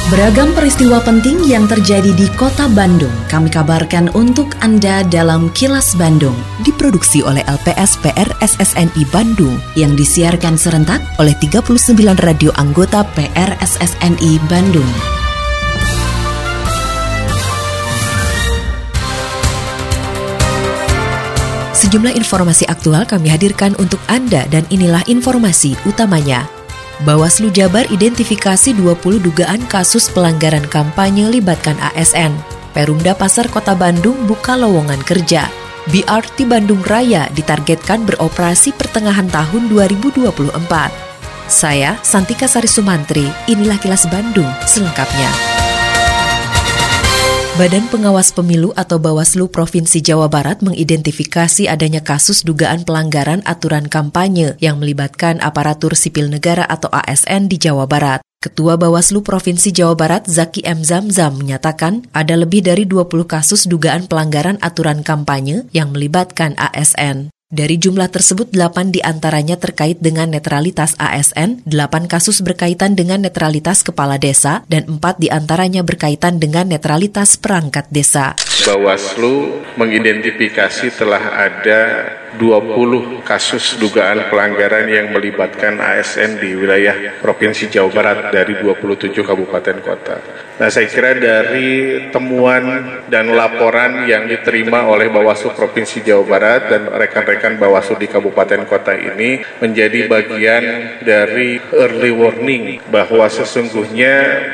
Beragam peristiwa penting yang terjadi di Kota Bandung kami kabarkan untuk Anda dalam Kilas Bandung. Diproduksi oleh LPS PRSSNI Bandung yang disiarkan serentak oleh 39 radio anggota PRSSNI Bandung. Sejumlah informasi aktual kami hadirkan untuk Anda dan inilah informasi utamanya. Bawaslu Jabar identifikasi 20 dugaan kasus pelanggaran kampanye libatkan ASN. Perumda Pasar Kota Bandung buka lowongan kerja. BRT Bandung Raya ditargetkan beroperasi pertengahan tahun 2024. Saya, Santika Sari Sumantri, inilah Kilas Bandung selengkapnya. Badan Pengawas Pemilu atau Bawaslu Provinsi Jawa Barat mengidentifikasi adanya kasus dugaan pelanggaran aturan kampanye yang melibatkan aparatur sipil negara atau ASN di Jawa Barat. Ketua Bawaslu Provinsi Jawa Barat Zaki M. Zamzam menyatakan ada lebih dari 20 kasus dugaan pelanggaran aturan kampanye yang melibatkan ASN. Dari jumlah tersebut, 8 diantaranya terkait dengan netralitas ASN, 8 kasus berkaitan dengan netralitas kepala desa, dan 4 diantaranya berkaitan dengan netralitas perangkat desa. Bawaslu mengidentifikasi telah ada 20 kasus dugaan pelanggaran yang melibatkan ASN di wilayah Provinsi Jawa Barat dari 27 kabupaten kota. Nah, saya kira dari temuan dan laporan yang diterima oleh Bawaslu Provinsi Jawa Barat dan rekan-rekan Bawaslu di kabupaten kota ini menjadi bagian dari early warning bahwa sesungguhnya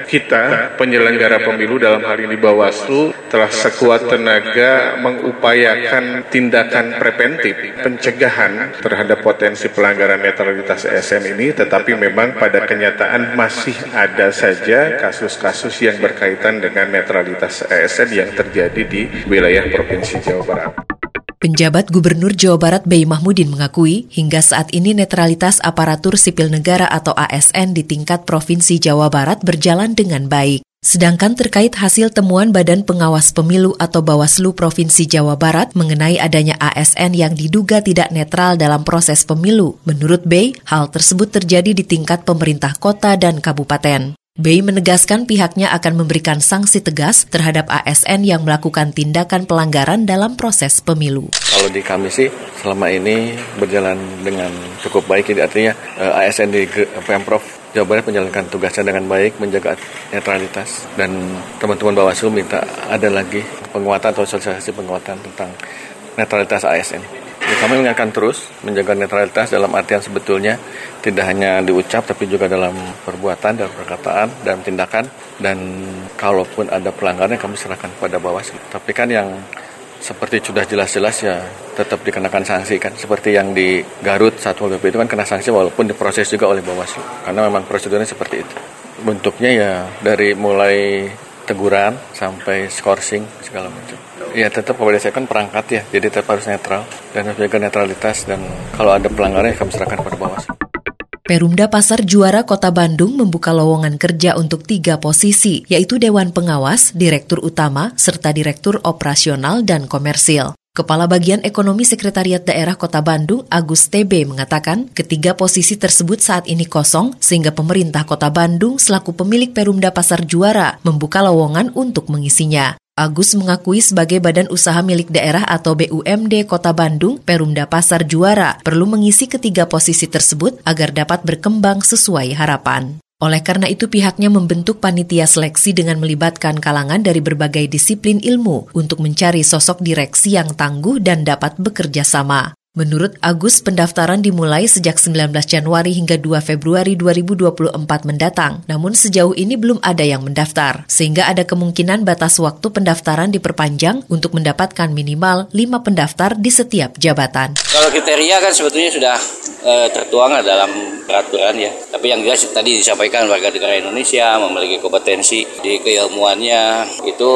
kita penyelenggara pemilu dalam hal ini Bawaslu telah sekuat tenaga mengupayakan tindakan preventif pencegahan terhadap potensi pelanggaran netralitas ASN ini, tetapi memang pada kenyataan masih ada saja kasus-kasus yang berkaitan dengan netralitas ASN yang terjadi di wilayah Provinsi Jawa Barat. Penjabat Gubernur Jawa Barat Bey Mahmudin mengakui hingga saat ini netralitas aparatur sipil negara atau ASN di tingkat Provinsi Jawa Barat berjalan dengan baik. Sedangkan terkait hasil temuan Badan Pengawas Pemilu atau Bawaslu Provinsi Jawa Barat mengenai adanya ASN yang diduga tidak netral dalam proses pemilu, menurut Bey, hal tersebut terjadi di tingkat pemerintah kota dan kabupaten. Bey menegaskan pihaknya akan memberikan sanksi tegas terhadap ASN yang melakukan tindakan pelanggaran dalam proses pemilu. Kalau di kami sih selama ini berjalan dengan cukup baik, jadi artinya ASN di Pemprov Jawa Barat menjalankan tugasnya dengan baik, menjaga netralitas, dan teman-teman Bawaslu minta ada lagi penguatan atau sosialisasi penguatan tentang netralitas ASN. Ya, kami mengingatkan terus menjaga netralitas dalam artian sebetulnya tidak hanya diucap tapi juga dalam perbuatan, dalam perkataan, dalam tindakan, dan kalaupun ada pelanggaran kami serahkan kepada Bawaslu. Tapi kan yang seperti sudah jelas-jelas ya tetap dikenakan sanksi kan. Seperti yang di Garut Satpol PP itu kan kena sanksi walaupun diproses juga oleh Bawaslu. Karena memang prosedurnya seperti itu. Bentuknya ya dari mulai teguran sampai skorsing segala macam. Ya tetap berdasarkan perangkat ya, jadi tetap harus netral dan harus jaga netralitas, dan kalau ada pelanggaran kami serahkan kepada Bawaslu. Perumda Pasar Juara Kota Bandung membuka lowongan kerja untuk 3 posisi, yaitu Dewan Pengawas, Direktur Utama, serta Direktur Operasional dan Komersil. Kepala Bagian Ekonomi Sekretariat Daerah Kota Bandung, Agus TB, mengatakan ketiga posisi tersebut saat ini kosong sehingga pemerintah Kota Bandung selaku pemilik Perumda Pasar Juara membuka lowongan untuk mengisinya. Agus mengakui sebagai badan usaha milik daerah atau BUMD Kota Bandung, Perumda Pasar Juara perlu mengisi ketiga posisi tersebut agar dapat berkembang sesuai harapan. Oleh karena itu pihaknya membentuk panitia seleksi dengan melibatkan kalangan dari berbagai disiplin ilmu untuk mencari sosok direksi yang tangguh dan dapat bekerja sama. Menurut Agus, pendaftaran dimulai sejak 19 Januari hingga 2 Februari 2024 mendatang. Namun sejauh ini belum ada yang mendaftar, sehingga ada kemungkinan batas waktu pendaftaran diperpanjang untuk mendapatkan minimal 5 pendaftar di setiap jabatan. Kalau kriteria kan sebetulnya sudah tertuang dalam peraturan ya. Tapi yang jelas tadi disampaikan warga negara Indonesia memiliki kompetensi di keilmuannya itu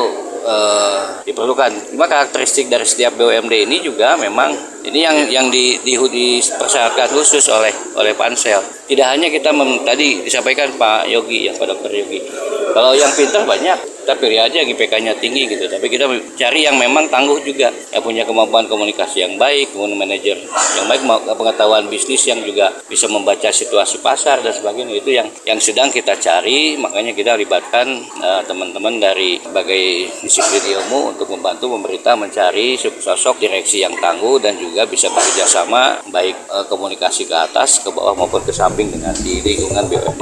diperlukan. Cuma karakteristik dari setiap BUMD ini juga memang ini yang dipersyaratkan khusus oleh pansel. Tidak hanya kita tadi disampaikan Pak Yogi ya, Pak Dr. Yogi. Kalau yang pintar banyak, kita pilih aja yang IPK-nya tinggi gitu. Tapi kita cari yang memang tangguh juga, yang punya kemampuan komunikasi yang baik, kemudian manajer yang baik, pengetahuan bisnis yang juga bisa membaca situasi pasar dan sebagainya. Itu yang sedang kita cari. Makanya kita libatkan teman-teman dari berbagai disiplin ilmu untuk membantu pemerintah mencari sosok direksi yang tangguh dan juga bisa bekerja sama baik komunikasi ke atas, ke bawah maupun ke samping dengan di lingkungan BUMD.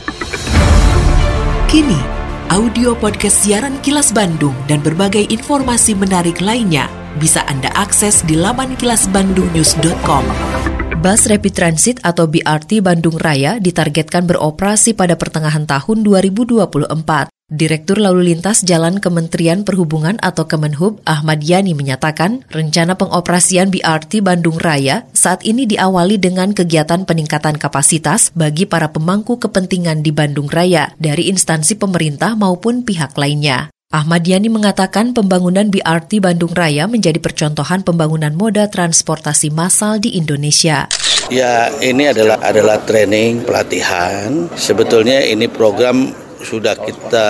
Kini, audio podcast siaran Kilas Bandung dan berbagai informasi menarik lainnya bisa Anda akses di laman kilasbandungnews.com. Bus Rapid Transit atau BRT Bandung Raya ditargetkan beroperasi pada pertengahan tahun 2024. Direktur Lalu Lintas Jalan Kementerian Perhubungan atau Kemenhub Ahmad Yani menyatakan rencana pengoperasian BRT Bandung Raya saat ini diawali dengan kegiatan peningkatan kapasitas bagi para pemangku kepentingan di Bandung Raya dari instansi pemerintah maupun pihak lainnya. Ahmad Yani mengatakan pembangunan BRT Bandung Raya menjadi percontohan pembangunan moda transportasi massal di Indonesia. Ya, ini adalah training, pelatihan. Sebetulnya ini program sudah kita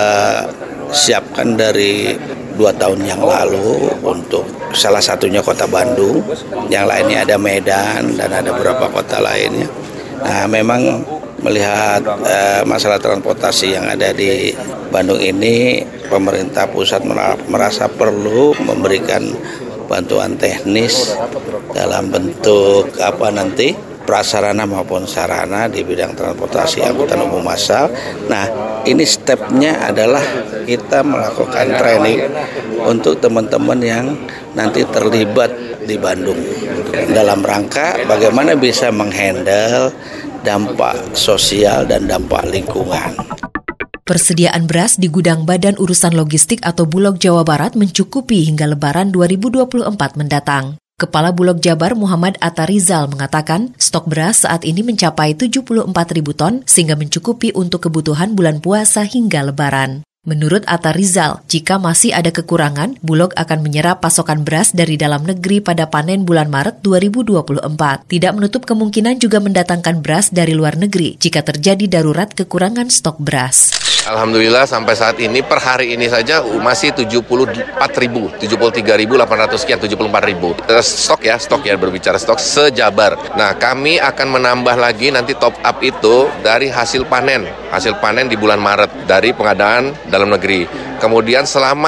siapkan dari 2 tahun yang lalu untuk salah satunya kota Bandung, yang lainnya ada Medan dan ada beberapa kota lainnya. Nah, memang melihat masalah transportasi yang ada di Bandung ini, pemerintah pusat merasa perlu memberikan bantuan teknis dalam bentuk prasarana maupun sarana di bidang transportasi angkutan umum massal. Nah, ini stepnya adalah kita melakukan training untuk teman-teman yang nanti terlibat di Bandung dalam rangka bagaimana bisa menghandle dampak sosial dan dampak lingkungan. Persediaan beras di gudang Badan Urusan Logistik atau Bulog Jawa Barat mencukupi hingga Lebaran 2024 mendatang. Kepala Bulog Jabar Muhammad Atta Rizal mengatakan stok beras saat ini mencapai 74.000 ton sehingga mencukupi untuk kebutuhan bulan puasa hingga Lebaran. Menurut Atta Rizal, jika masih ada kekurangan, Bulog akan menyerap pasokan beras dari dalam negeri pada panen bulan Maret 2024. Tidak menutup kemungkinan juga mendatangkan beras dari luar negeri jika terjadi darurat kekurangan stok beras. Alhamdulillah sampai saat ini per hari ini saja masih 73.800 sekian, 74.000. Stok ya berbicara stok sejabar. Nah, kami akan menambah lagi nanti top up itu dari hasil panen di bulan Maret dari pengadaan dalam negeri. Kemudian selama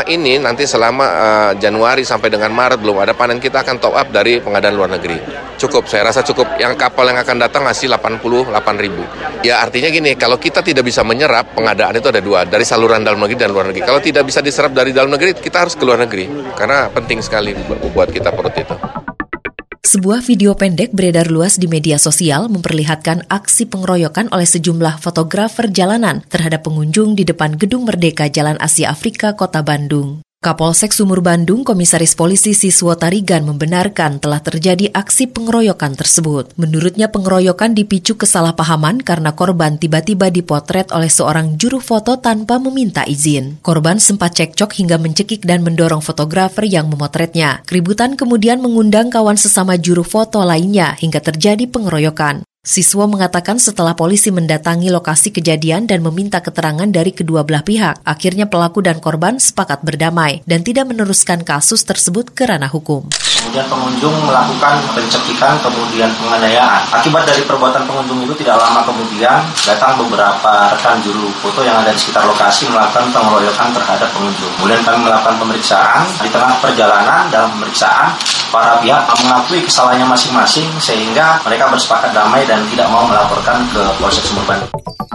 Januari sampai dengan Maret belum ada panen, kita akan top up dari pengadaan luar negeri. Cukup, saya rasa cukup. Yang kapal yang akan datang ngasih 88.000. Ya artinya gini, kalau kita tidak bisa menyerap, pengadaan itu ada 2, dari saluran dalam negeri dan luar negeri. Kalau tidak bisa diserap dari dalam negeri, kita harus ke luar negeri. Karena penting sekali buat kita perut itu. Sebuah video pendek beredar luas di media sosial memperlihatkan aksi pengeroyokan oleh sejumlah fotografer jalanan terhadap pengunjung di depan Gedung Merdeka Jalan Asia Afrika, Kota Bandung. Kapolsek Sumur Bandung, Komisaris Polisi Siswo Tarigan membenarkan telah terjadi aksi pengeroyokan tersebut. Menurutnya pengeroyokan dipicu kesalahpahaman karena korban tiba-tiba dipotret oleh seorang juru foto tanpa meminta izin. Korban sempat cekcok hingga mencekik dan mendorong fotografer yang memotretnya. Keributan kemudian mengundang kawan sesama juru foto lainnya hingga terjadi pengeroyokan. Siswo mengatakan setelah polisi mendatangi lokasi kejadian dan meminta keterangan dari kedua belah pihak, akhirnya pelaku dan korban sepakat berdamai dan tidak meneruskan kasus tersebut ke ranah hukum. Kemudian pengunjung melakukan pencekikan, kemudian penganiayaan. Akibat dari perbuatan pengunjung itu tidak lama kemudian datang beberapa rekan juru foto yang ada di sekitar lokasi melakukan pengeroyokan terhadap pengunjung. Kemudian kami melakukan pemeriksaan. Di tengah perjalanan dalam pemeriksaan, para pihak mengakui kesalahannya masing-masing sehingga mereka bersepakat damai dan tidak mau melaporkan ke Polsek Sumur Bandung.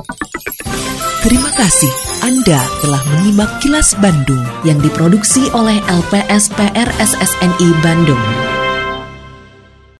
Terima kasih Anda telah menyimak Kilas Bandung yang diproduksi oleh LPSPR SSNI Bandung.